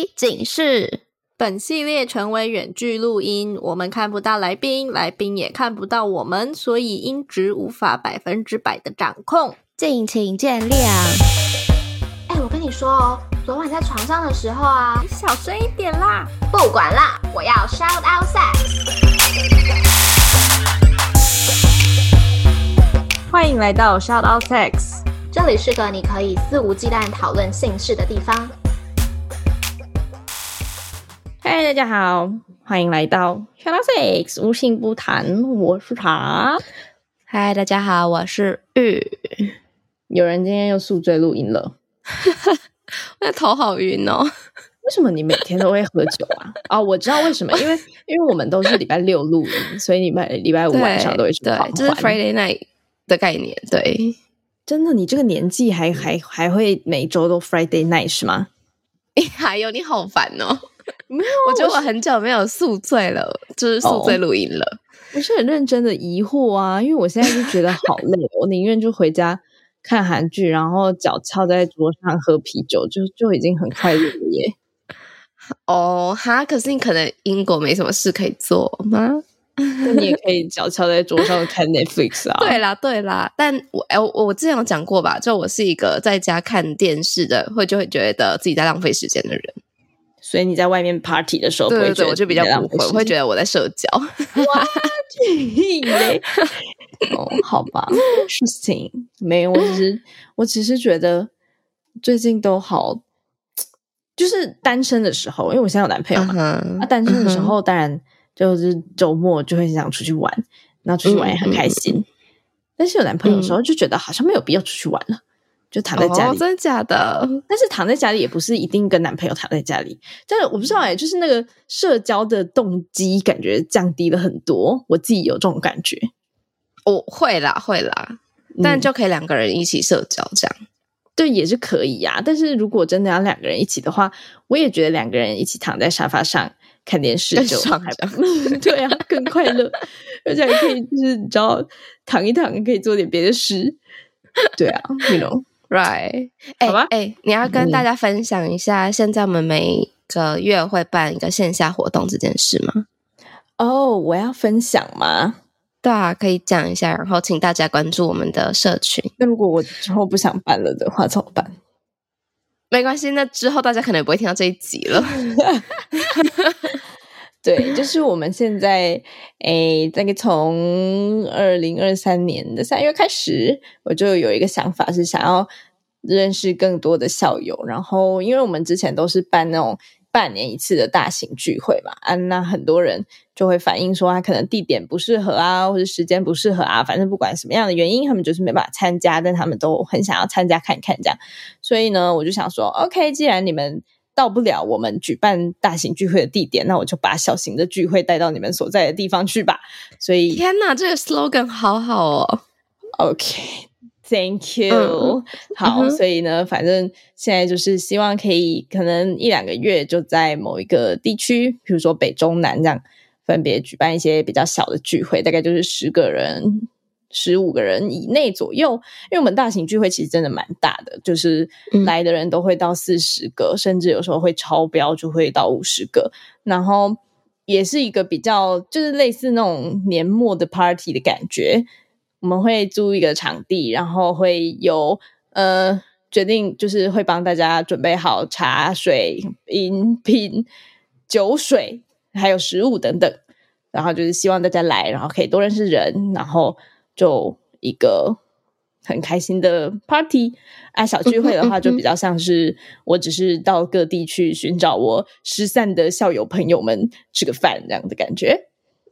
题警示： 本系列成为远距录音，我们看不到来宾，来宾也看不到我们，所以音质无法100%的掌控， 敬请见谅。 我跟你说哦，昨晚在床上的时候啊， 你小声一点啦！ 不管啦，我要 shout out sex。 欢迎来到 Shout Out Sex， 这里是个你可以肆无忌惮讨论性事的地方。 嗨，大家好，欢迎来到 Shout Out Sex， 无性不谈，我是茶。嗨，大家好，我是玉。有人今天又宿醉录音了， 我的头好晕哦。 为什么你每天都会喝酒啊？哦，我知道为什么，因为我们都是礼拜六录音，所以礼拜五晚上都会去狂欢， 就是 Friday night 的概念。对， 真的，你这个年纪还会每周都 Friday night 是吗？ 还有你好烦哦。 没有， 我觉得我很久没有宿醉了，就是宿醉录音了。 我是很认真的疑惑啊，因为我现在就觉得好累，我宁愿就回家看韩剧，然后脚翘在桌上喝啤酒，就已经很快乐了耶。 哦哈，可是你可能英国没什么事可以做吗？ 那你也可以脚翘在桌上看 Netflix 啊。 对啦，但我之前有讲过吧，就我是一个在家看电视的，就会觉得自己在浪费时间的人。所以你在外面 party 的时候不会觉得， 对，我就比较不会，我会觉得我在社交。 哇，哦，好吧 ，interesting。没有，我只是觉得最近都好，就是单身的时候，因为我现在有男朋友嘛，单身的时候当然就是周末就会想出去玩，然后出去玩也很开心。但是有男朋友的时候就觉得好像没有必要出去玩了。就躺在家里， 真的假的？ 但是躺在家里也不是一定跟男朋友躺在家里，但是我不知道就是那个社交的动机感觉降低了很多，我自己有这种感觉。 会啦，但就可以两个人一起社交这样。 对，也是可以呀。但是如果真的要两个人一起的话，我也觉得两个人一起躺在沙发上看电视就还对啊，更快乐，而且还可以就是你知道躺一躺，可以做点别的事。对啊，you know。Right， 好吧， 你要跟大家分享一下，现在我们每个月会办一个线下活动这件事吗？ 哦，我要分享吗？ 对啊，可以讲一下，然后请大家关注我们的社群。 那如果我之后不想办了的话怎么办？ 没关系，那之后大家可能也不会听到这一集了。 对，就是我们现在这个从2023年的3月开始，我就有一个想法是想要认识更多的校友，然后因为我们之前都是办那种半年一次的大型聚会嘛，那很多人就会反映说他可能地点不适合啊，或者时间不适合啊，反正不管什么样的原因，他们就是没办法参加，但他们都很想要参加看看这样。所以呢，我就想说 OK， 既然你们到不了我们举办大型聚会的地点，那我就把小型的聚会带到你们所在的地方去吧。所以天哪，这个 slogan 好好哦。 OK，Thank you。好，所以呢，反正现在就是希望可以可能1-2个月就在某一个地区，比如说北中南这样，分别举办一些比较小的聚会，大概就是10个人。15个人以内左右，因为我们大型聚会其实真的蛮大的，就是来的人都会到40个，甚至有时候会超标，就会到50个。然后也是一个比较就是类似那种年末的 party 的感觉。我们会租一个场地，然后会有决定就是会帮大家准备好茶水、饮品、酒水，还有食物等等。然后就是希望大家来，然后可以多认识人，然后就一个很开心的 party。小聚会的话就比较像是我只是到各地去寻找我失散的校友朋友们吃个饭这样的感觉。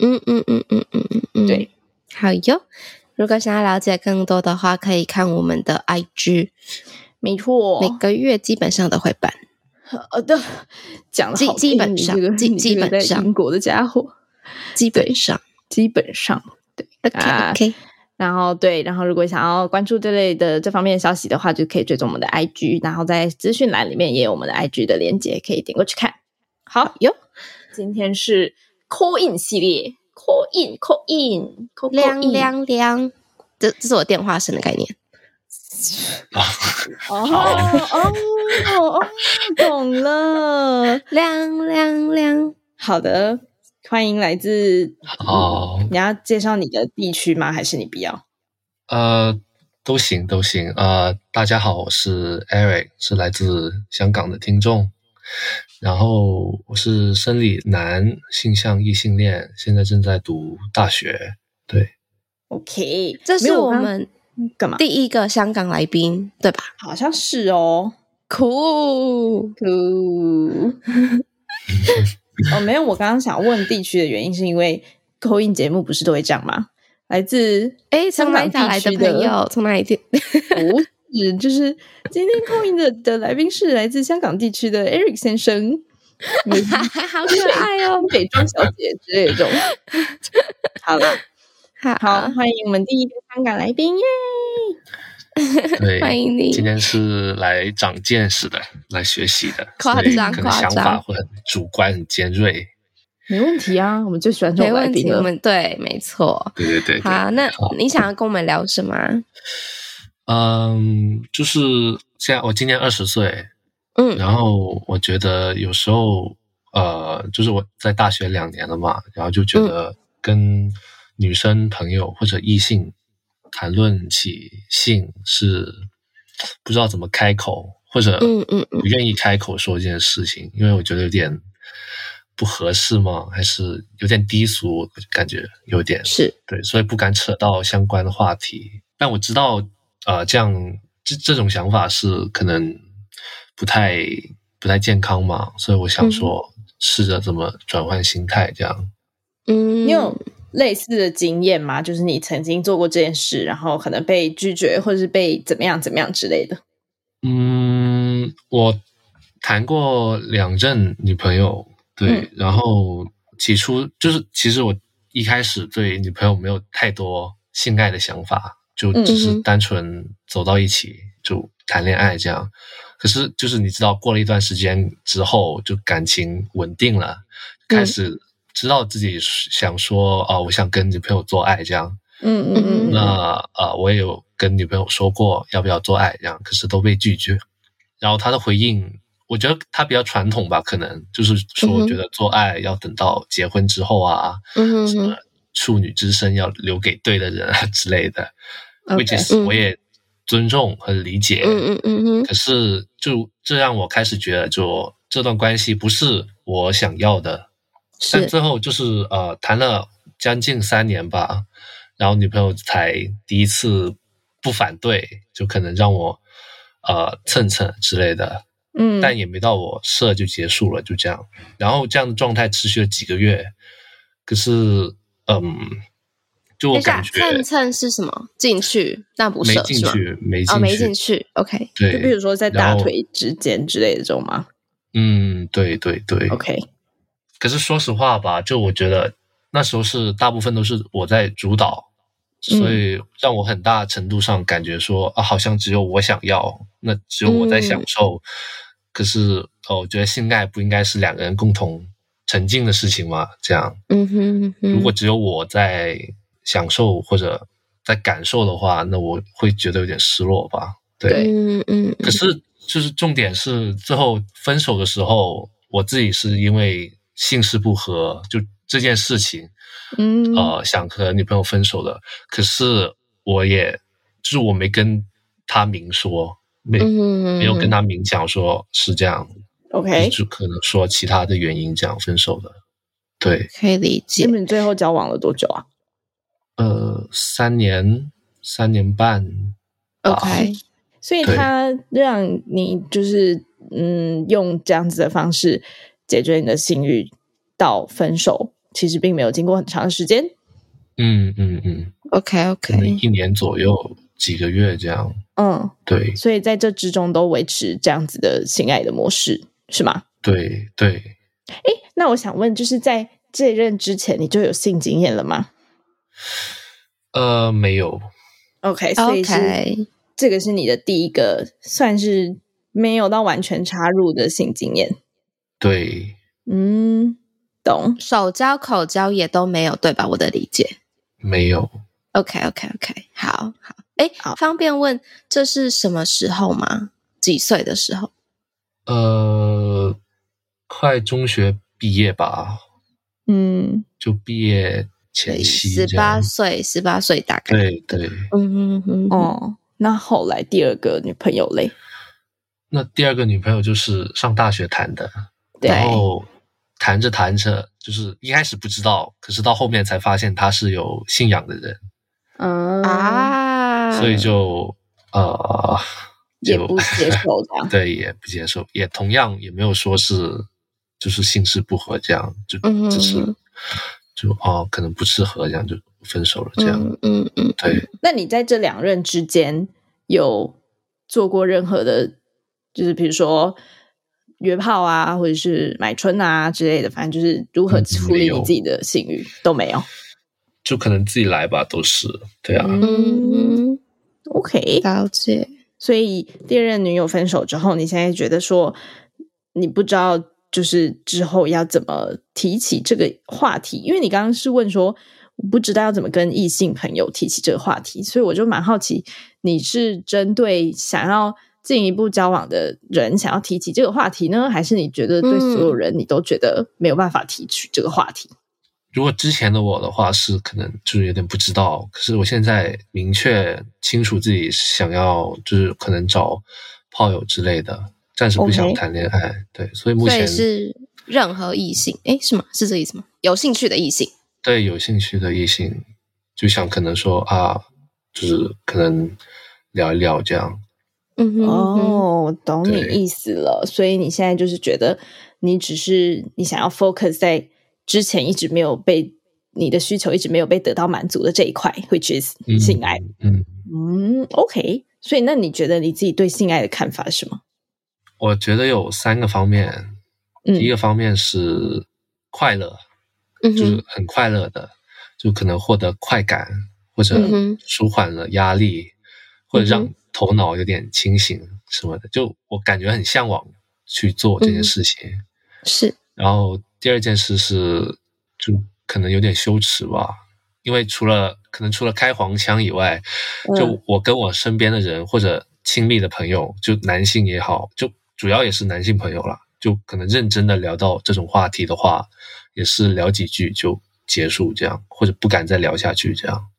对， 好哟。如果想要了解更多的话，可以看我们的 IG。 没错， 每个月基本上都会办。 讲得好， 基本上在英国的家伙， 基本上对。OK。然后如果想要关注这方面的消息的话，就可以追踪我们的 IG， 然后在资讯栏里面也有我们的 IG 的连结，可以点过去看。好哟，今天是 call in 系列 ，call in， 亮，这是我电话声的概念。 懂了。 亮亮亮。 好的，欢迎来自你要介绍你的地区吗？还是你不要？ 都行。大家好，我是 Eric， 是来自香港的听众。然后我是生理男，性向异性恋，现在正在读大学。对 ，OK， 这是我们干嘛？ 第一个香港来宾，对吧？ 好像是哦。 酷没有，我刚刚想问地区的原因是因为call in节目不是都会这样吗？来自香港地区来的朋友，从哪里听？ 不是，就是今天call in的来宾是来自香港地区的 Eric 先生， 好可爱哦， 北庄小姐之类的这种。好了，好，欢迎我们第一个香港来宾耶！ 对， 欢迎你。 今天是来长见识的，来学习的， 夸张， 可能想法会很主观、很尖锐。 没问题啊，我们最喜欢这种来宾了。 没问题，对，没错。 对。 好，那你想要跟我们聊什么？ 就是现在我今年20岁，然后我觉得有时候就是我在大学2年了嘛，然后就觉得跟女生朋友或者异性谈论起性是不知道怎么开口，或者不愿意开口说这件事情，因为我觉得有点不合适吗？还是有点低俗，感觉有点是对，所以不敢扯到相关的话题。但我知道这样这种想法是可能不太健康嘛，所以我想说试着怎么转换心态这样。 你有类似的经验吗？就是你曾经做过这件事，然后可能被拒绝，或者是被怎么样之类的。 我谈过2任女朋友，对，然后起初就是其实我一开始对女朋友没有太多性爱的想法，就只是单纯走到一起就谈恋爱这样。可是就是你知道过了一段时间之后，就感情稳定了，开始知道自己想说我想跟女朋友做爱这样。那我也有跟女朋友说过要不要做爱这样，可是都被拒绝。然后她的回应，我觉得她比较传统吧，可能就是说觉得做爱要等到结婚之后啊，什么处女之身要留给对的人啊之类的。which is 我也尊重和理解。可是就这让我开始觉得，就这段关系不是我想要的。但最后就是谈了将近3年吧，然后女朋友才第一次不反对，就可能让我蹭蹭之类的。但也没到我射就结束了，就这样。然后这样的状态持续了几个月，可是就我感觉蹭是什么？进去但不射， 没进去， 没进去。OK， 对， 就比如说在大腿之间之类的这种吗？ 对 OK。 可是说实话吧，就我觉得那时候是大部分都是我在主导，所以让我很大程度上感觉说好像只有我想要，那只有我在享受。可是我觉得性爱不应该是2个人共同沉浸的事情吗？这样。如果只有我在享受或者在感受的话，那我会觉得有点失落吧。对。可是就是重点是最后分手的时候，我自己是因为性事不合，就这件事情想和女朋友分手的。可是我没跟他明说，没有跟他明讲说是这样。 OK， 就可能说其他的原因这样分手的。对， 可以理解。 你们最后交往了多久啊 ？3年半。 OK， 所以他让你就是用这样子的方式解决你的性欲到分手，其实并没有经过很长的时间。 OK， 可能1年左右，几个月这样。对。 所以在这之中都维持这样子的性爱的模式，是吗？ 对。 那我想问，就是在这任之前你就有性经验了吗？ 没有。 OK， 所以是这个是你的第一个算是没有到完全插入的性经验。 对。 懂。 手交口交也都没有，对吧？我的理解没有。 OK， 好。方便问这是什么时候吗？几岁的时候？ 快中学毕业吧，就毕业前夕 ，18岁大概， 对， 那后来第二个女朋友嘞？ 那第二个女朋友就是上大学谈的，然后谈着谈着，就是一开始不知道，可是到后面才发现她是有信仰的人，所以就也不接受这样， 对，也不接受，也同样也没有说是就是性事不合这样，就只是就可能不适合这样就分手了这样，对。 那你在这两任之间有做过任何的，就是比如说约炮啊，或者是买春啊之类的，反正就是如何处理你自己的性欲都没有， 就可能自己来吧，都是对啊。 OK， 了解。 所以第二任女友分手之后，你现在觉得说你不知道就是之后要怎么提起这个话题，因为你刚刚是问说我不知道要怎么跟异性朋友提起这个话题，所以我就蛮好奇你是针对想要进一步交往的人想要提起这个话题呢，还是你觉得对所有人你都觉得没有办法提起这个话题？ 如果之前的我的话是可能就是有点不知道，可是我现在明确清楚自己想要就是可能找炮友之类的，暂时不想谈恋爱，对，所以目前是任何异性，是吗？是这意思吗？有兴趣的异性， 对，有兴趣的异性就想可能说就是可能聊一聊这样。 懂你意思了，所以你现在就是觉得你只是你想要 focus 在之前一直没有被你的需求一直没有被得到满足的这一块，which is 性爱。OK， 所以那你觉得你自己对性爱的看法是什么？ 我觉得有3个方面，第一个方面是快乐，就是很快乐的，就可能获得快感，或者舒缓了压力，或者让头脑有点清醒什么的，就我感觉很向往去做这件事情。 是。 然后第二件事是就可能有点羞耻吧，因为除了开黄腔以外，就我跟我身边的人或者亲密的朋友，就男性也好，就主要也是男性朋友啦，就可能认真的聊到这种话题的话，也是聊几句就结束这样，或者不敢再聊下去这样。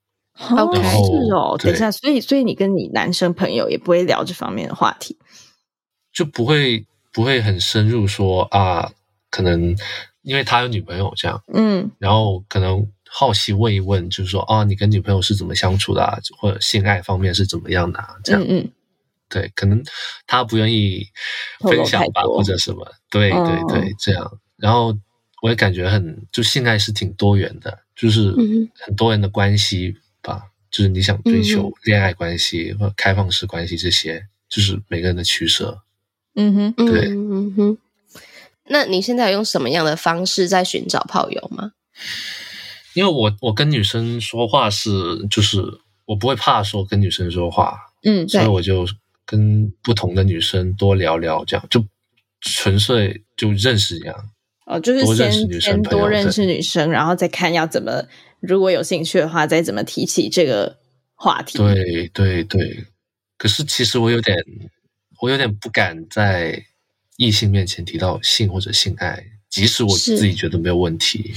OK， 是哦，等一下，所以你跟你男生朋友也不会聊这方面的话题， 就不会很深入说可能因为他有女朋友这样，然后可能好奇问一问，就是说你跟女朋友是怎么相处的或者性爱方面是怎么样的这样，对，可能他不愿意分享吧，或者什么，对，这样。然后我也感觉就性爱是挺多元的，就是很多人的关系吧，就是你想追求恋爱关系或者开放式关系这些，就是每个人的取舍。对。 那你现在有用什么样的方式在寻找炮友吗？ 因为我跟女生说话就是我不会怕说跟女生说话，所以我就跟不同的女生多聊聊，这样就纯粹就认识这样。 就是先多认识女生，然后再看要怎么，如果有兴趣的话，再怎么提起这个话题。 对。可是其实我有点不敢在异性面前提到性或者性爱，即使我自己觉得没有问题。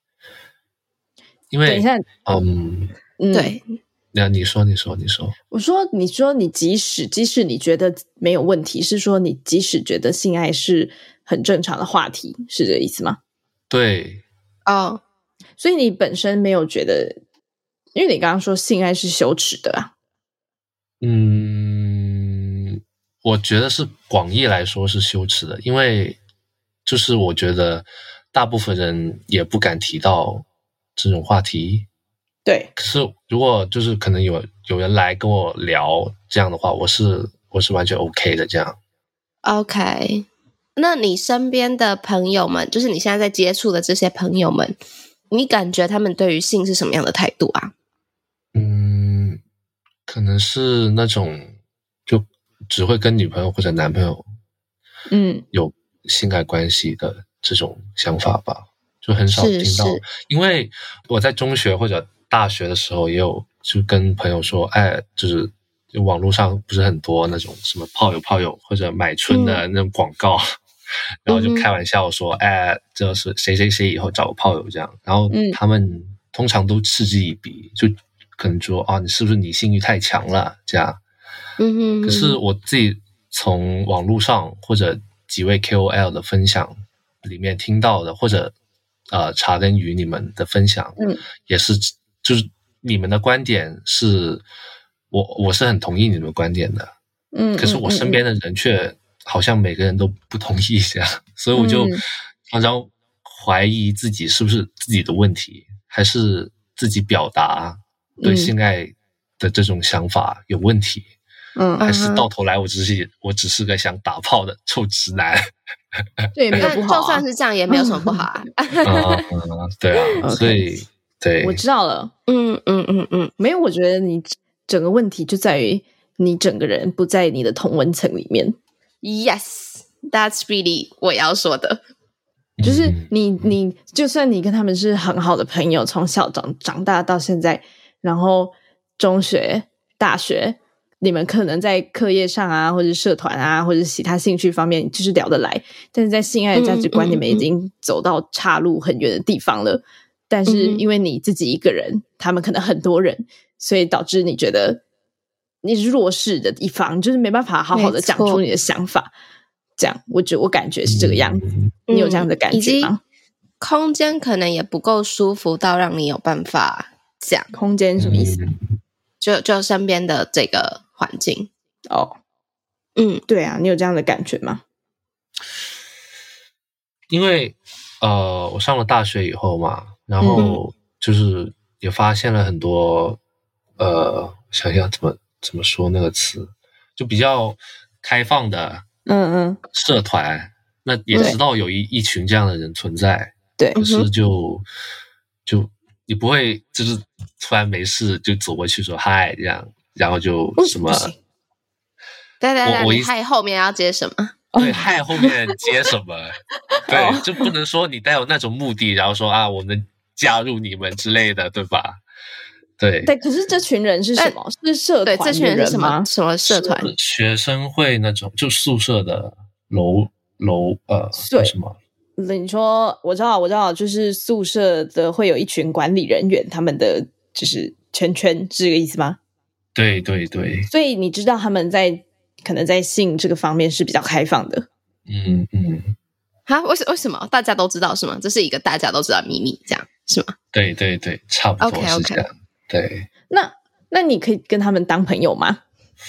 因为等一下， 对， 那你说， 我说你即使你觉得没有问题，是说你即使觉得性爱是很正常的话题，是这个意思吗？ 对。 所以你本身没有觉得，因为你刚刚说性爱是羞耻的啊。 我觉得是广义来说是羞耻的，因为就是我觉得大部分人也不敢提到这种话题。 对， 可是如果就是可能有人来跟我聊这样的话，我是完全 OK 的这样。 OK， 那你身边的朋友们，就是你现在在接触的这些朋友们，你感觉他们对于性是什么样的态度啊？ 可能是那种就只会跟女朋友或者男朋友有性爱关系的这种想法吧，就很少听到。因为我在中学或者大学的时候也有就跟朋友说，就是网络上不是很多那种什么炮友或者买春的那种广告， 然后就开玩笑说，哎，这是谁谁谁以后找个炮友这样，然后他们通常都嗤之以鼻，就可能说啊，你是不是你性欲太强了这样。可是我自己从网络上或者几位 KOL 的分享里面听到的，或者茶跟鱼你们的分享，也是就是你们的观点是我是很同意你们的观点的，可是我身边的人却好像每个人都不同意这样，所以我就常常怀疑自己是不是自己的问题，还是自己表达对性爱的这种想法有问题，还是到头来我只是个想打炮的臭直男。 这也没有不好啊， 就算是这样也没有什么不好啊。 对啊，所以对， 我知道了。没有，我觉得你整个问题就在于你整个人不在你的同温层里面。 Yes, that's really 我要说的， 就是你就算你跟他们是很好的朋友，从小长大到现在，然后中学、大学，你们可能在课业上啊，或者社团啊，或者其他兴趣方面就是聊得来，但是在性爱的价值观，你们已经走到岔路很远的地方了。但是因为你自己一个人，他们可能很多人，所以导致你觉得你是弱势的一方，就是没办法好好的讲出你的想法。这样，我感觉是这个样子。你有这样的感觉吗？ 空间可能也不够舒服到让你有办法讲。 空间什么意思？ 就身边的这个环境。 对啊，你有这样的感觉吗？ 因为我上了大学以后嘛，然后就是也发现了很多想想怎么说那个词，就比较开放的社团，那也知道有一群这样的人存在， 对， 可是就你不会就是突然没事就走过去说嗨这样，然后就什么， 对，你嗨后面要接什么？ 对，嗨后面接什么？对，就不能说你带有那种目的，然后说啊我们加入你们之类的，对吧？对， 可是这群人是什么？是社团的人吗？ 对，这群人是什么社团？ 学生会那种，就宿舍的楼什么？ 你说我知道，就是宿舍的会有一群管理人员，他们的就是圈是这个意思吗？ 对。 所以你知道他们可能在性这个方面是比较开放的。 哈，为什么大家都知道是吗？这是一个大家都知道的秘密，这样是吗？ 对，差不多是这样。对， 那你可以跟他们当朋友吗？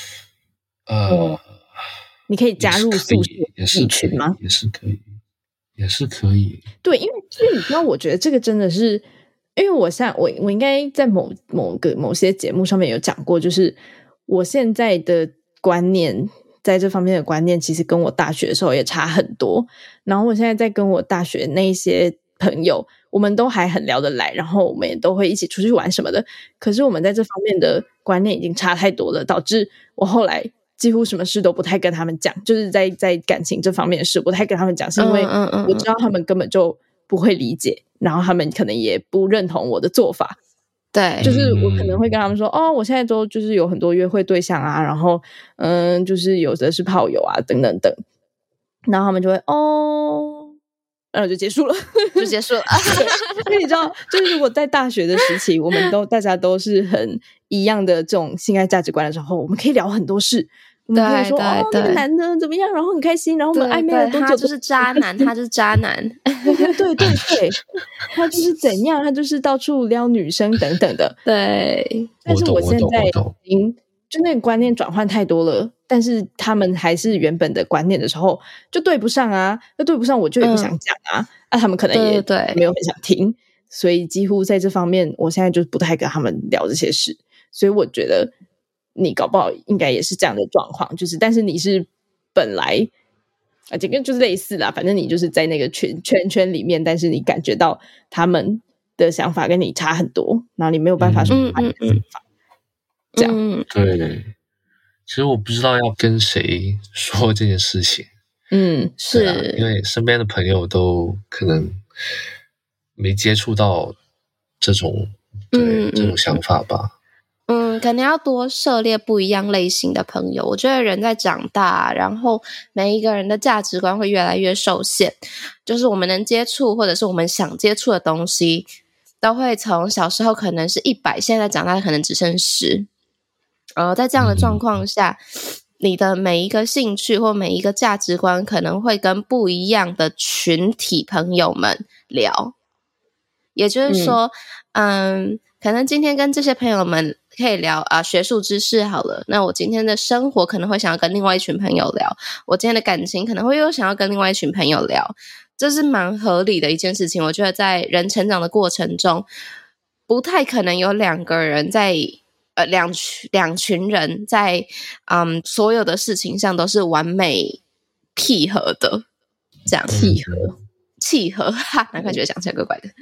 你可以加入宿舍群吗？ 也是可以。 对，因为你知道，我觉得这个真的是，因为我应该在某些节目上面有讲过，就是我现在的观念，在这方面的观念，其实跟我大学的时候也差很多。然后我现在在跟我大学那些朋友，我们都还很聊得来，然后我们也都会一起出去玩什么的。可是我们在这方面的观念已经差太多了，导致我后来几乎什么事都不太跟他们讲，就是在感情这方面的事不太跟他们讲，是因为我知道他们根本就不会理解，然后他们可能也不认同我的做法。 对， 就是我可能会跟他们说，我现在都就是有很多约会对象啊，然后就是有的是炮友啊，等等等，然后他们就会然后就结束了， 就结束了。 因为你知道，就是如果在大学的时期，我们大家都是很一样的这种性爱价值观的时候，我们可以聊很多事。我们可以说那个男的怎么样，然后很开心，然后我们暧昧了多久？ 他就是渣男，他就是渣男。 对，他就是怎样，他就是到处撩女生等等的。 对， 但是我现在已经就那个观念转换太多了，但是他们还是原本的观念的时候就对不上啊，那对不上我就也不想讲啊，他们可能也没有很想听，所以几乎在这方面我现在就不太跟他们聊这些事。所以我觉得你搞不好应该也是这样的状况，就是但是你是本来这个就是类似啦，反正你就是在那个圈里面，但是你感觉到他们的想法跟你差很多，然后你没有办法说他的想法，这样。 对，其实我不知道要跟谁说这件事情。 是因为身边的朋友都可能没接触到这种这种想法吧。 可能要多涉猎不一样类型的朋友。我觉得人在长大，然后每一个人的价值观会越来越受限，就是我们能接触或者是我们想接触的东西，都会从小时候可能是100，现在长大可能只剩10。在这样的状况下，你的每一个兴趣或每一个价值观可能会跟不一样的群体朋友们聊。也就是说，可能今天跟这些朋友们可以聊学术知识好了，那我今天的生活可能会想要跟另外一群朋友聊，我今天的感情可能会又想要跟另外一群朋友聊，这是蛮合理的一件事情。我觉得在人成长的过程中，不太可能有两个人在两群人在所有的事情上都是完美契合的，这样契合难怪觉得讲起来怪怪的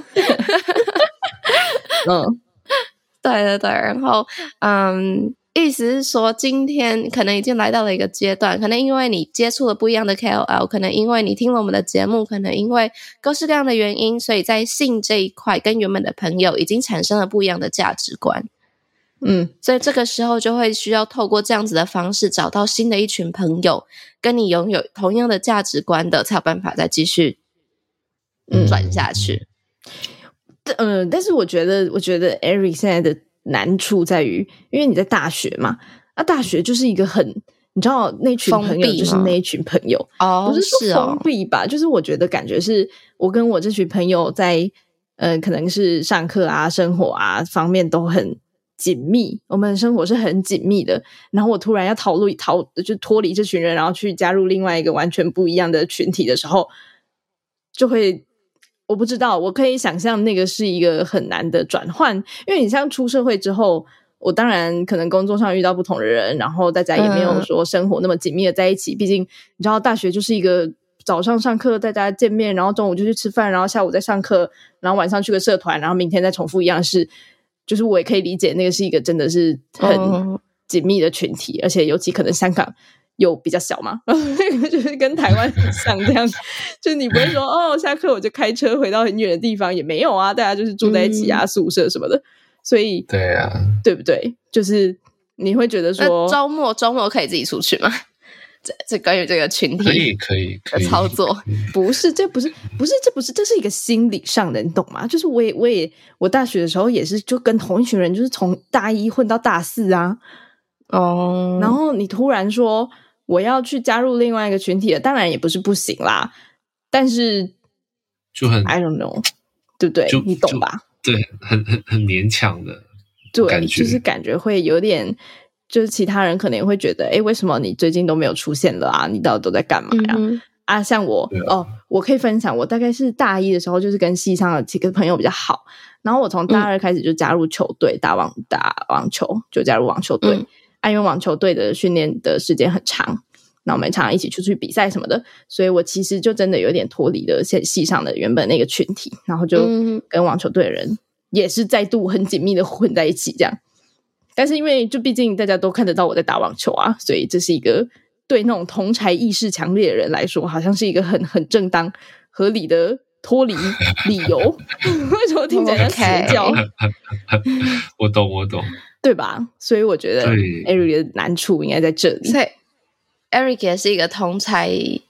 对，然后意思是说今天可能已经来到了一个阶段，可能因为你接触了不一样的 KOL， 可能因为你听了我们的节目，可能因为各式各样的原因，所以在性这一块跟原本的朋友已经产生了不一样的价值观。所以这个时候就会需要透过这样子的方式找到新的一群朋友，跟你拥有同样的价值观的，才有办法再继续转下去。 但是我觉得 Eric 现在的难处在于，因为你在大学嘛，大学就是一个很，你知道那群朋友就是那一群朋友，不是说封闭吧，就是我觉得感觉是我跟我这群朋友在可能是上课啊、生活啊方面都很紧密，我们的生活是很紧密的，然后我突然要就脱离这群人，然后去加入另外一个完全不一样的群体的时候，就会我不知道，我可以想象那个是一个很难的转换，因为你像出社会之后，我当然可能工作上遇到不同的人，然后大家也没有说生活那么紧密的在一起，毕竟你知道大学就是一个早上上课大家见面，然后中午就去吃饭，然后下午再上课，然后晚上去个社团，然后明天再重复一样的事，就是我也可以理解那个是一个真的是很紧密的群体，而且尤其可能香港又比较小嘛，就是跟台湾很像这样，就是你不会说下课我就开车回到很远的地方，也没有啊，大家就是住在一起啊，宿舍什么的，所以对啊， 对不对？就是你会觉得说周末可以自己出去吗？这关于这个群体可以的操作， 不是，这是一个心理上的，你懂吗？就是我大学的时候也是就跟同一群人，就是从大1混到大4啊，然后你突然说我要去加入另外一个群体了，当然也不是不行啦，但是就很 I don't know， 对不对？你懂吧？ 对，很勉强的感觉， 对，就是感觉会有点，就是其他人可能也会觉得，为什么你最近都没有出现了啊？你到底都在干嘛呀？像我我可以分享，我大概是大1的时候，就是跟系上的几个朋友比较好，然后我从大2开始就加入球队，打网球，就加入网球队。因为网球队的训练的时间很长，那我们常常一起出去比赛什么的，所以我其实就真的有点脱离了系上的原本那个群体，然后就跟网球队的人也是再度很紧密的混在一起这样。但是因为就毕竟大家都看得到我在打网球啊，所以这是一个对那种同侪意识强烈的人来说，好像是一个很正当合理的脱离理由。为什么听起来像邪教？ 我懂， 对吧？ 所以我觉得 Eric 的难处应该在这里。 所以 Eric 也是一个同才，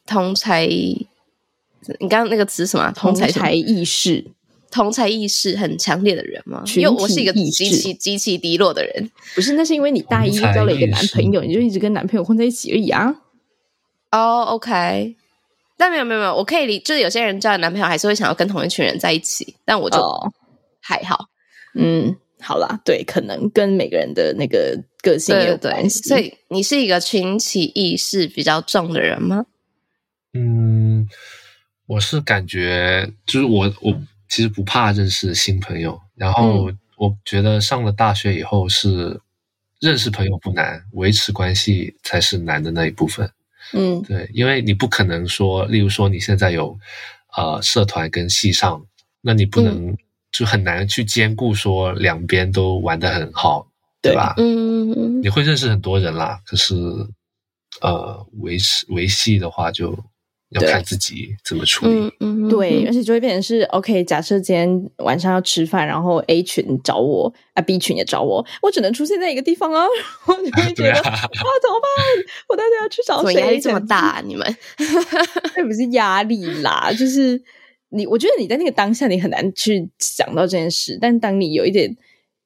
你刚刚那个词什么？同才意识很强烈的人吗？因为我是一个极其低落的人。 不是，那是因为你大1交了一个男朋友，你就一直跟男朋友混在一起而已啊。 OK， 但没有，我可以就是有些人交了男朋友还是会想要跟同一群人在一起，但我就还好。 好啦，对，可能跟每个人的那个个性也有关系。 所以你是一个群体意识比较重的人吗？ 我是感觉就是我其实不怕认识新朋友，然后我觉得上了大学以后是认识朋友不难，维持关系才是难的那一部分。对，因为你不可能说，例如说你现在有社团跟系上，那你不能就很难去兼顾说两边都玩得很好，对吧？你会认识很多人啦，可是维系的话就要看自己怎么处理。 对，而且就会变成是 OK， 假设今天晚上要吃饭，然后 A 群找我啊 ，B 群也找我，我只能出现在一个地方啊，我就会觉得怎么办？我到底要去找谁？ 压力这么大，你们那不是压力啦，就是我觉得你在那个当下你很难去想到这件事，但当你有一点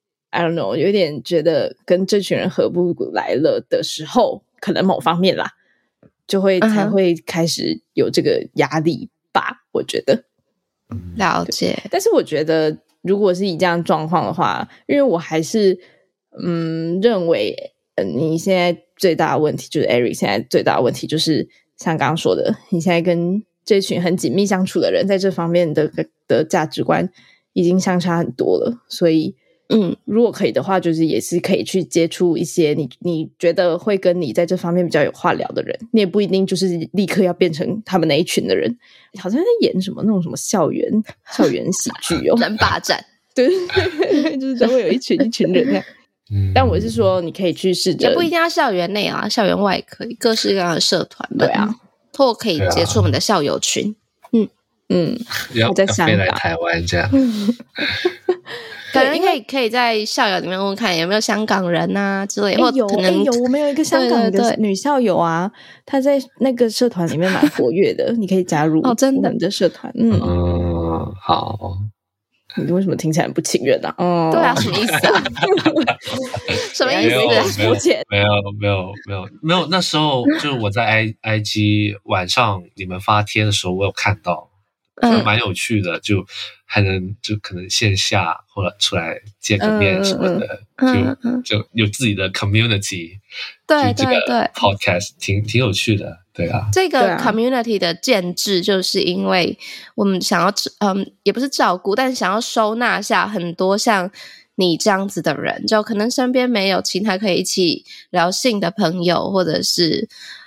I don't know， 有一点觉得跟这群人合不来了的时候，可能某方面啦，就会才会开始有这个压力吧，我觉得。 了解。 但是我觉得如果是以这样状况的话，因为我还是认为你现在最大的问题就是 Eric 现在最大的问题就是像刚刚说的，你现在跟这群很紧密相处的人在这方面的价值观已经相差很多了，所以如果可以的话，就是也是可以去接触一些你觉得会跟你在这方面比较有话聊的人，你也不一定就是立刻要变成他们那一群的人，好像在演什么那种什么校园喜剧哦， 人霸占， 对，就是都会有一群人这样。但我是说，你可以去试着， 也不一定要校园内啊，校园外也可以，各式各样的社团， 对啊， 或可以接触我们的校友群， 要在香港飞来台湾这样。 可能可以在校友里面问问看有没有香港人啊之类，或可能有我们有一个香港的女校友啊，她在那个社团里面蛮活跃的，你可以加入真的我们的社团。 好。 你为什么听起来不情愿啊？ 对啊，什么意思啊？什么意思？ 肤浅？ 没有。那时候就是我在 IG 晚上你们发帖的时候，我有看到，就蛮有趣的，就还能就可能线下或者出来见个面什么的，就有自己的 community。 对， 这个 podcast 挺有趣的。对啊， 这个 community 的建制就是因为我们想要也不是照顾，但想要收纳下很多像你这样子的人，就可能身边没有其他可以一起聊性的朋友，或者是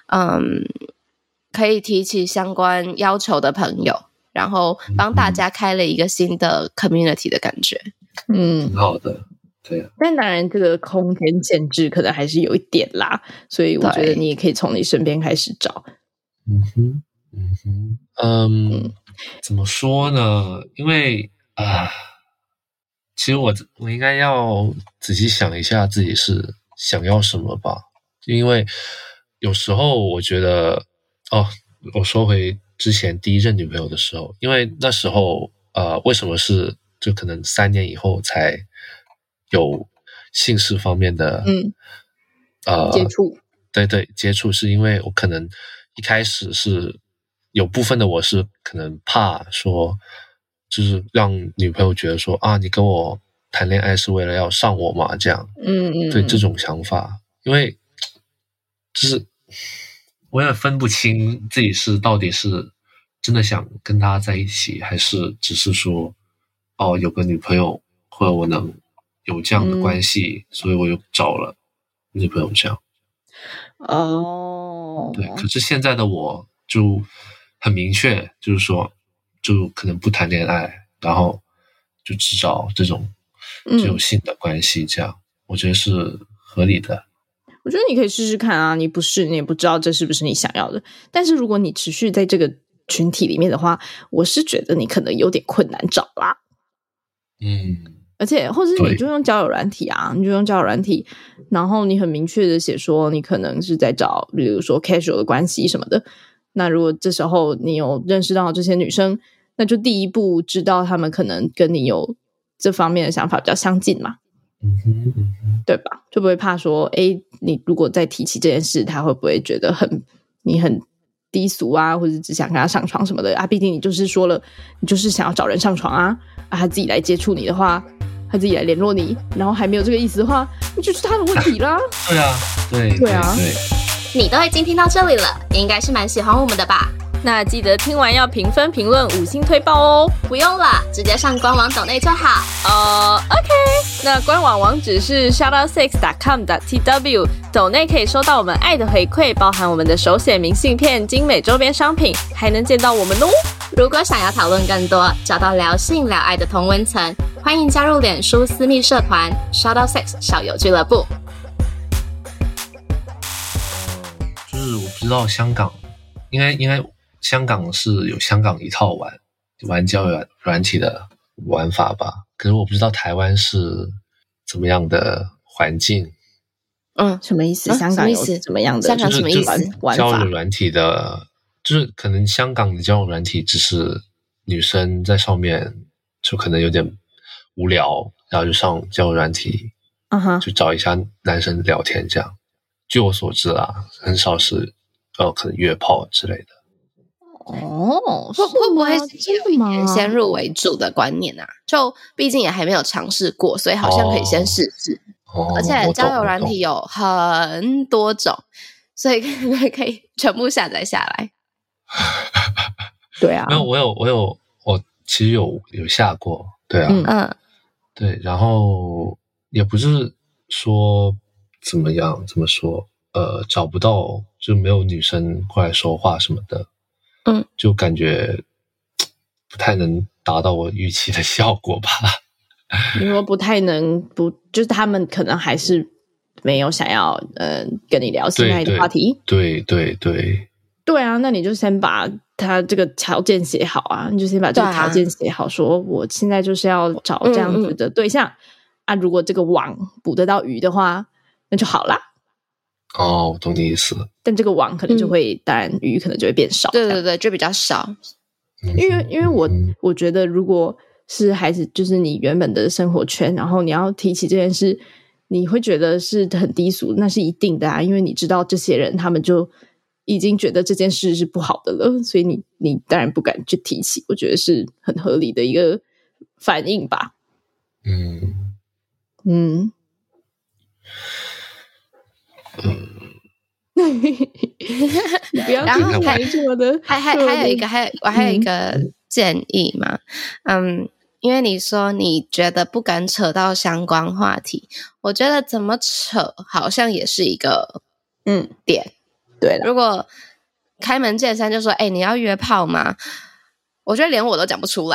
可以提起相关要求的朋友，然后帮大家开了一个新的 community 的感觉。 挺好的。对啊， 但当然这个空间限制可能还是有一点啦，所以我觉得你也可以从你身边开始找。 怎么说呢？因为其实我应该要仔细想一下自己是想要什么吧，因为有时候我觉得我说回之前第一任女朋友的时候，因为那时候为什么是就可能3年以后才有性事方面的接触， 对，接触，是因为我可能一开始是有部分的我是可能怕说，就是让女朋友觉得说你跟我谈恋爱是为了要上我嘛，这样，对这种想法，因为就是我也分不清自己是到底是真的想跟他在一起，还是只是说有个女朋友或者我能有这样的关系，所以我又找了女朋友这样。对，可是现在的我就很明确，就是说就可能不谈恋爱，然后就只找这种性的关系，这样我觉得是合理的。 我觉得你可以试试看啊，你也不知道这是不是你想要的，但是如果你持续在这个群体里面的话，我是觉得你可能有点困难找啦。而且或者你就用交友软体啊，然后你很明确的写说你可能是在找比如说 casual 的关系什么的，那如果这时候你有认识到这些女生，那就第一步知道她们可能跟你有这方面的想法比较相近嘛，对吧？就不会怕说你如果再提起这件事，她会不会觉得你很低俗啊，或者只想跟他上床什么的啊？毕竟你就是说了，你就是想要找人上床啊，他自己来接触你的话，他自己来联络你，然后还没有这个意思的话，那就是他的问题啦。 对啊，对啊， 你都已经听到这里了，应该是蛮喜欢我们的吧？ 那记得听完要评分、评论、5星推爆哦！ 不用了，直接上官网抖内就好。 OK。那官网网址是 shoutout6.com.tw， 抖内可以收到我们爱的回馈，包含我们的手写明信片、精美周边商品，还能见到我们哦。 如果想要讨论更多，找到聊性聊爱的同温层，欢迎加入脸书私密社团 shoutout6 校友俱乐部。 就是我不知道香港，应该香港是有香港一套玩交友软体的玩法吧，可是我不知道台湾是怎么样的环境。 什么意思？香港有怎么样的？ 香港什么意思？ 交友软体的，就是可能香港的交友软体只是女生在上面就可能有点无聊，然后就上交友软体，就找一下男生聊天这样。据我所知啊，很少是可能约炮之类的。 会不会是有一点先入为主的观念啊？就毕竟也还没有尝试过，所以好像可以先试试。而且交友软体有很多种，所以可以全部下载下来。 对啊， 没有，我其实有下过，对啊，对，然后也不是说怎么说，找不到，就没有女生过来说话什么的，就感觉不太能达到我预期的效果吧。 你说不太能就是他们可能还是没有想要跟你聊性爱的话题。对啊，那你就先把他这个条件写好啊，你就先把这个条件写好，说我现在就是要找这样子的对象啊。如果这个网捕得到鱼的话，那就好啦。 我懂你意思了。 但这个网可能就会，当然鱼可能就会变少。 对，就比较少。 因为我觉得如果是孩子，就是你原本的生活圈，然后你要提起这件事，你会觉得是很低俗，那是一定的啊，因为你知道这些人他们就已经觉得这件事是不好的了，所以你当然不敢去提起，我觉得是很合理的一个反应吧。你不要听台做的。还有一个建议嘛，因为你说你觉得不敢扯到相关话题，我觉得怎么扯好像也是一个点。 对了， 如果开门见山就说你要约炮吗？我觉得连我都讲不出来。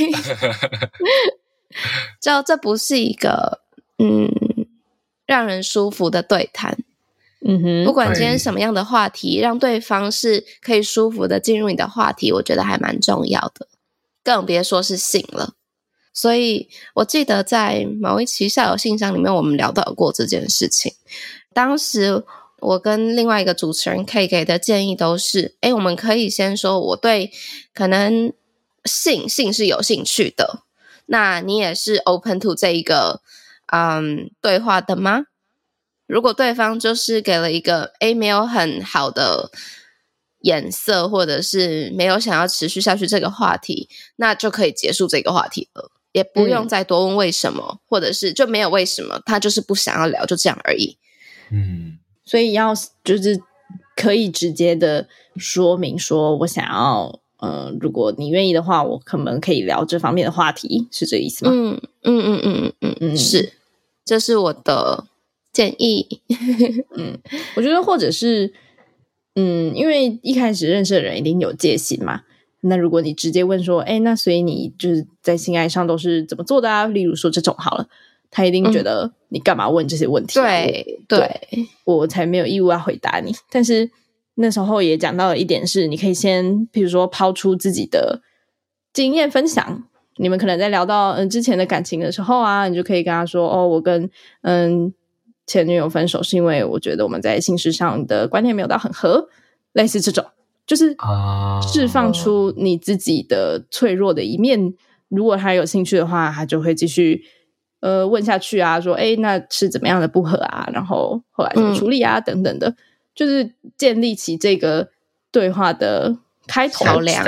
就这不是一个让人舒服的对谈。不管今天什么样的话题，让对方是可以舒服的进入你的话题，我觉得还蛮重要的，更别说是性了。所以我记得在某一期校友信箱里面我们聊到过这件事情，当时我跟另外一个主持人 K 给的建议都是我们可以先说我对可能性是有兴趣的，那你也是 open to 这一个对话的吗？如果对方就是给了一个没有很好的眼色，或者是没有想要持续下去这个话题，那就可以结束这个话题了，也不用再多问为什么，或者是就没有为什么，他就是不想要聊，就这样而已。 所以要就是可以直接的说明说我想要如果你愿意的话，我可能可以聊这方面的话题，是这个意思吗？ 是，这是我的建议。 我觉得或者是因为一开始认识的人一定有戒心嘛，那如果你直接问说那所以你就是在性爱上都是怎么做的啊，例如说这种好了，他一定觉得你干嘛问这些问题对， 我才没有义务要回答你。但是那时候也讲到了一点是，你可以先比如说抛出自己的经验分享，你们可能在聊到之前的感情的时候啊，你就可以跟他说我跟前女友分手是因为我觉得我们在性事上的观念没有到很合，类似这种，就是释放出你自己的脆弱的一面。如果他有兴趣的话，他就会继续问下去啊，说那是怎么样的不合啊，然后后来怎么处理啊，等等的，就是建立起这个对话的开头桥梁。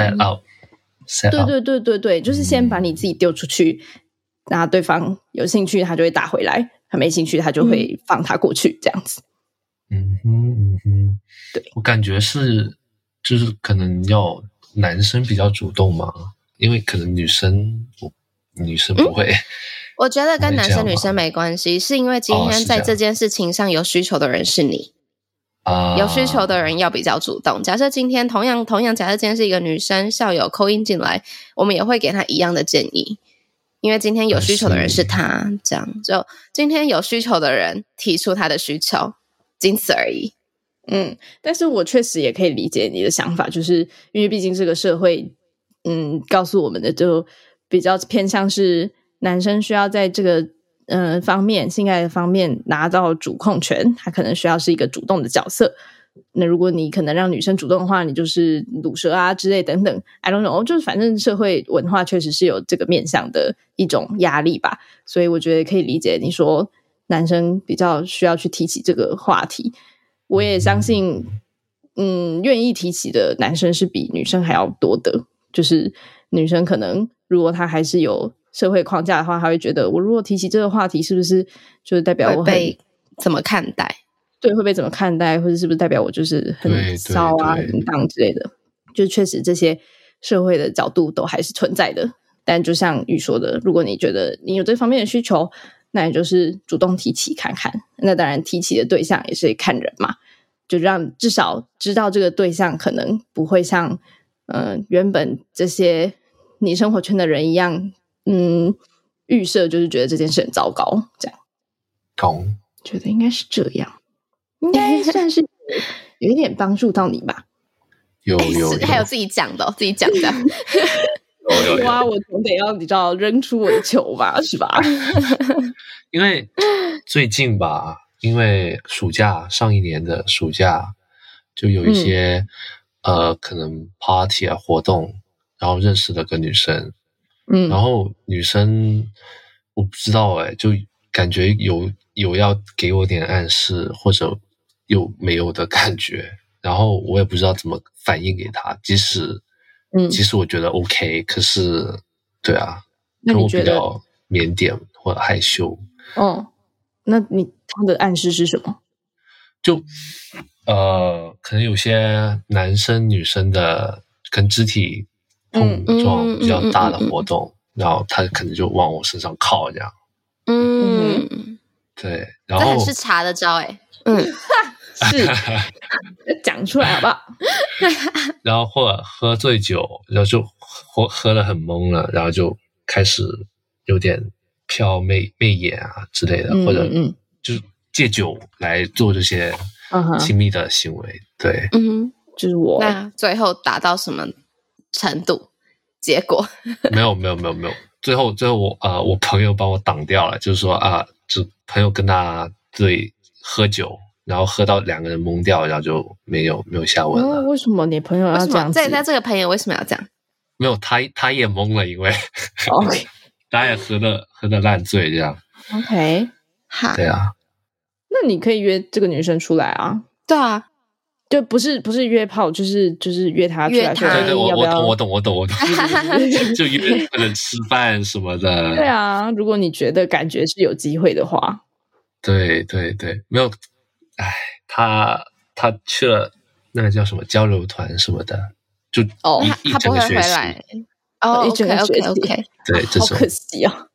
对，就是先把你自己丢出去，然后对方有兴趣他就会打回来，他没兴趣他就会放他过去，这样子。对， 我感觉是就是可能要男生比较主动嘛，因为可能女生不会。 我觉得跟男生女生没关系，是因为今天在这件事情上有需求的人是你。有需求的人要比较主动。假设今天同样假设今天是一个女生校友call in进来，我们也会给她一样的建议，因为今天有需求的人是她，这样就今天有需求的人提出他的需求，仅此而已。 但是我确实也可以理解你的想法，就是因为毕竟这个社会告诉我们的就比较偏向是男生需要在这个方面性爱的方面拿到主控权，他可能需要是一个主动的角色。那如果你可能让女生主动的话，你就是鲁蛇啊之类等等 I don't know， 就是反正社会文化确实是有这个面向的一种压力吧，所以我觉得可以理解你说男生比较需要去提起这个话题。我也相信愿意提起的男生是比女生还要多的，就是女生可能如果她还是有社会框架的话，她会觉得我如果提起这个话题是不是就是代表我会被怎么看待， 对，会被怎么看待，或者是不是代表我就是很骚啊很荡之类的，就确实这些社会的角度都还是存在的。但就像玉说的，如果你觉得你有这方面的需求，那你就是主动提起看看，那当然提起的对象也是看人嘛，就让至少知道这个对象可能不会像原本这些你生活圈的人一样预设就是觉得这件事很糟糕这样。 懂， 觉得应该是这样，应该算是有一点帮助到你吧。 有还有自己讲的自己讲的有哇，我总得要你知道扔出我的球吧，是吧？ 因为最近吧，因为上一年的暑假就有一些可能 party 啊活动，然后认识了个女生，然后女生我不知道就感觉有要给我点暗示，或者有没有的感觉，然后我也不知道怎么反应给她，即使我觉得 OK， 可是对啊， 那你觉得我比较腼腆或者害羞。 那他的暗示是什么？ 就可能有些男生女生的跟肢体碰撞比较大的活动，然后他可能就往我身上靠这样。对，然后这很是查的招是讲出来好不好？ 然后或者喝醉酒，然后就喝得很懵了，然后就开始有点瞟媚眼啊之类的，或者就是借酒来做这些亲密的行为。对， 就是我。 那最后达到什么程度？结果没有，最后我朋友帮我挡掉了，就是说就朋友跟他喝酒，然后喝到两个人懵掉，然后就没有下文了。 为什么你朋友要这样子？ 那这个朋友为什么要这样？ 没有，他也懵了，因为 OK， 他也喝得烂醉这样。 OK， 好， 对啊。 那你可以约这个女生出来啊。 对啊， 就不是约炮，就是约她出来。 对，我懂，就约可能吃饭什么的。 对啊，如果你觉得感觉是有机会的话。 对，没有，他去了那个叫什么交流团什么的，就一整个学期。 一整个学期。 OK， 对， 好可惜哦。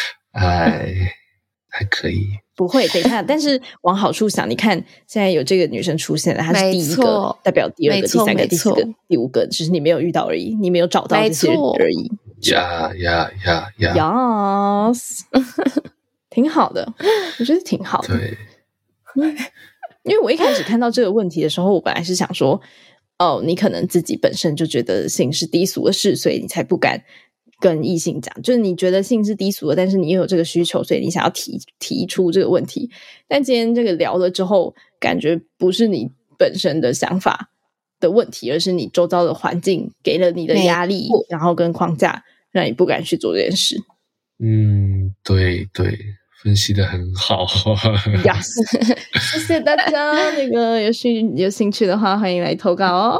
还可以。 不会，等一下，但是往好处想，你看现在有这个女生出现了，她是第一个，代表第二个、第三个、第四个、第五个，只是你没有遇到而已，你没有找到这些人而已。Yes， 挺好的，我觉得挺好的。 对， 因为我一开始看到这个问题的时候，我本来是想说，你可能自己本身就觉得性是低俗的事，所以你才不敢跟异性讲，就是你觉得性是低俗的，但是你又有这个需求，所以你想要提出这个问题。但今天这个聊了之后，感觉不是你本身的想法的问题，而是你周遭的环境给了你的压力，然后跟框架，让你不敢去做这件事。 对，分析得很好。 Yes， 谢谢大家。那个有兴趣的话，欢迎来投稿哦。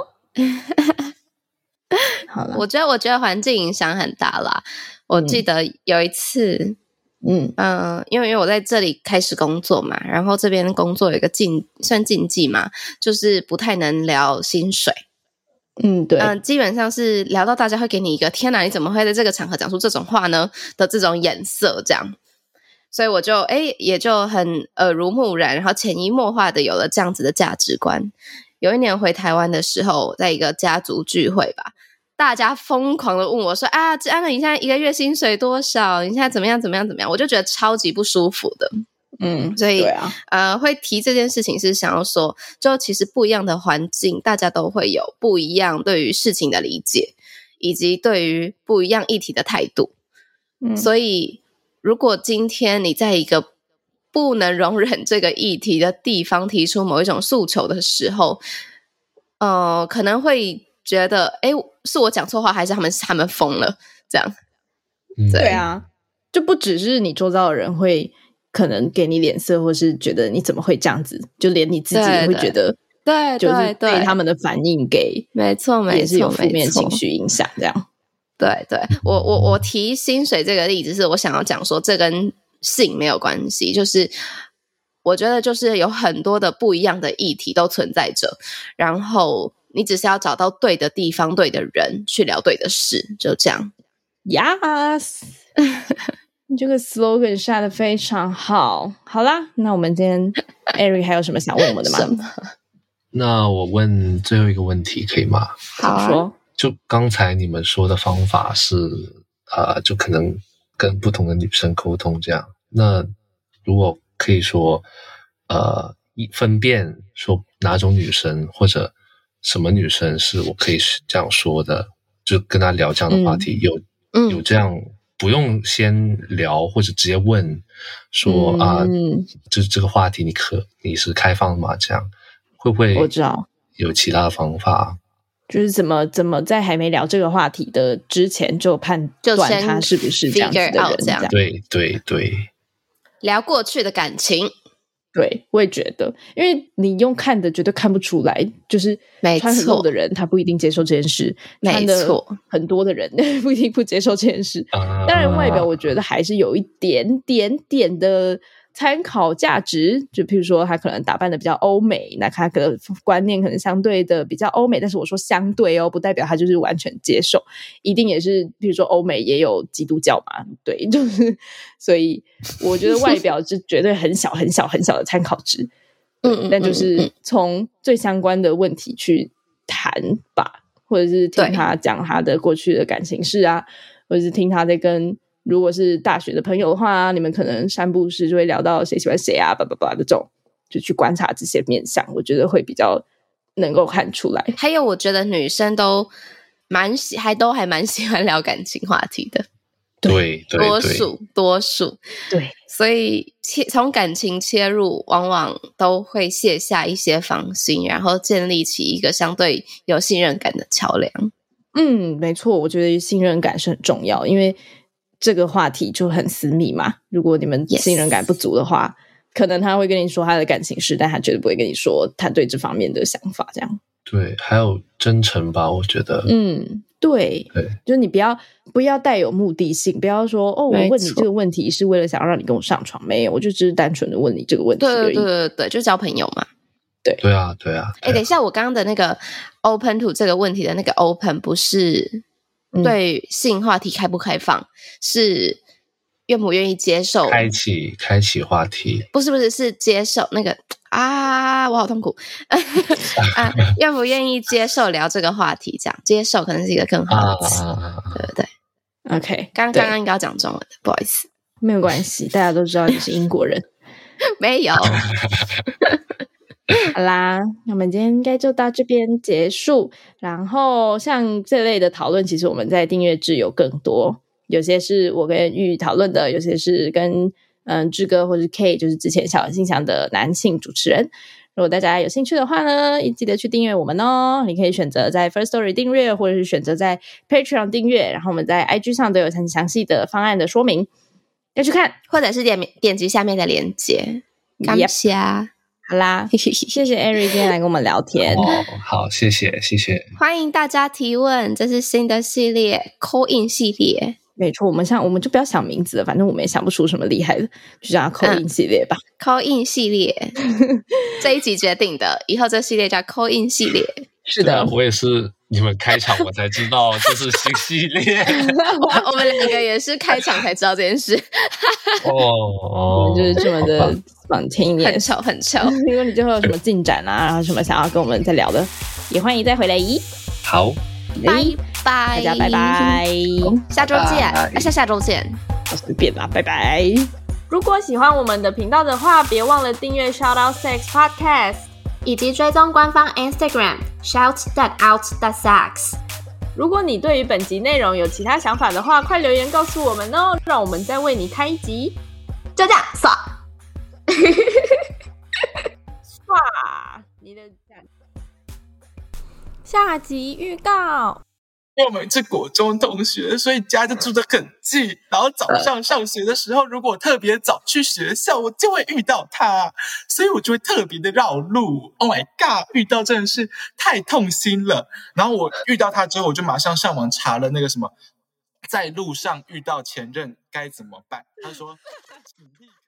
好了， 我觉得环境影响很大啦。我记得有一次，因为我在这里开始工作嘛，然后这边工作有一个算禁忌嘛，就是不太能聊薪水。对，基本上是聊到大家会给你一个天哪，你怎么会在这个场合讲出这种话呢的这种眼色，这样。所以我就也就很耳濡目染，然后潜移默化的有了这样子的价值观。有一年回台湾的时候，在一个家族聚会吧，大家疯狂的问我说志安，你现在一个月薪水多少？你现在怎么样？我就觉得超级不舒服的。 所以、 对啊， 会提这件事情是想要说，就其实不一样的环境，大家都会有不一样对于事情的理解，以及对于不一样议题的态度。所以如果今天你在一个不能容忍这个议题的地方提出某一种诉求的时候，可能会觉得，是我讲错话，还是他们疯了？这样， 对啊，就不只是你周遭的人会可能给你脸色，或是觉得你怎么会这样子，就连你自己也会觉得， 对， 就是被他们的反应给， 没错， 也是有负面情绪影响，这样。 对，我提薪水这个例子是我想要讲说，这跟性没有关系，就是我觉得就是有很多的不一样的议题都存在着，然后你只是要找到对的地方、对的人去聊对的事，就这样。 Yes 你这个 slogan 下的非常好。好啦，那我们今天 Eric 还有什么想问我们的吗？ 那我问最后一个问题可以吗？ 好啊， 说。 就刚才你们说的方法是就可能跟不同的女生沟通这样，那如果可以说分辨说哪种女生或者什么女生是我可以这样说的，就跟她聊这样的话题，有这样不用先聊或者直接问说就是这个话题你是开放的吗？这样会不会我知道有其他的方法？ 就是怎么在还没聊这个话题的之前就判断他是不是这样子的人，这样。 对， 聊过去的感情。 对，我也觉得，因为你用看的绝对看不出来，就是穿很露的人他不一定接受这件事，穿的很多的人不一定不接受这件事。当然外表我觉得还是有一点点的参考价值，就譬如说他可能打扮的比较欧美，那他的观念可能相对的比较欧美，但是我说相对不代表他就是完全接受，一定也是譬如说欧美也有基督教嘛，对，就是所以我觉得外表是绝对很小很小很小的参考值，但就是从最相关的问题去谈吧，或者是听他讲他的过去的感情事啊，或者是听他在跟如果是大学的朋友的话，你们可能散步时就会聊到谁喜欢谁啊，叭叭叭这种，就去观察这些面向，我觉得会比较能够看出来。 还有，我觉得女生都还蛮喜欢聊感情话题的， 对， 多数，对，所以从感情切入，往往都会卸下一些防心，然后建立起一个相对有信任感的桥梁。 没错，我觉得信任感是很重要，因为这个话题就很私密嘛，如果你们信任感不足的话，可能他会跟你说他的感情事，但他绝对不会跟你说他对这方面的想法，这样。对， 还有真诚吧，我觉得。 对，就是你不要带有目的性，不要说我问你这个问题是为了想要让你跟我上床，没有，我就只是单纯的问你这个问题而已。 对，就交朋友嘛。 对啊。 等一下，我刚刚的那个 open to 这个问题的那个 open 不是对性话题开不开放，是愿不愿意接受， 开启话题， 不是接受那个我好痛苦愿不愿意接受聊这个话题，这样接受可能是一个更好的词，对不对 ？OK， 刚刚应该要讲中文的，不好意思， 没有关系，大家都知道你是英国人， 没有。 好啦，那我们今天应该就到这边结束。然后像这类的讨论，其实我们在订阅制有更多，有些是我跟玉讨论的，有些是跟志哥或是 K， 就是之前小人信箱的男性主持人。如果大家有兴趣的话呢，记得去订阅我们哦。你可以选择在 First Story 订阅，或者是选择在 Patreon 订阅，然后我们在 IG 上都有很详细的方案的说明，要去看， 或者是点击下面的连结。感谢。 好啦，谢谢 Eric 今天来跟我们聊天。 好，谢谢。 欢迎大家提问，这是新的系列 Call In 系列。 没错，我们就不要想名字了，反正我们也想不出什么厉害的，就叫 Call In 系列吧。 Call In 系列这一集决定的，以后这系列叫 Call In 系列。 是的， 我也是你们开场我才知道这是新系列。 我们两个也是开场才知道这件事。 我们就是这么的spontaneous， 很巧。 如果你最后有什么进展啊，然后什么想要跟我们再聊的，也欢迎再回来。 好， 拜拜， 大家拜拜， 下周见，下周见， 随便啦，拜拜。 如果喜欢我们的频道的话，别忘了订阅 Shout Out Sex Podcast， 以及追踪官方 Instagram shout.out.sex。 如果你对于本集内容有其他想法的话，快留言告诉我们哦，让我们再为你开一集。 就这样，爽！ 哇，你的下集预告。 因为我们是国中同学，所以家就住得很近，然后早上上学的时候，如果我特别早去学校，我就会遇到他，所以我就会特别的绕路。 Oh my god， 遇到真的是太痛心了。然后我遇到他之后，我就马上上网查了那个什么在路上遇到前任该怎么办，他说请立刻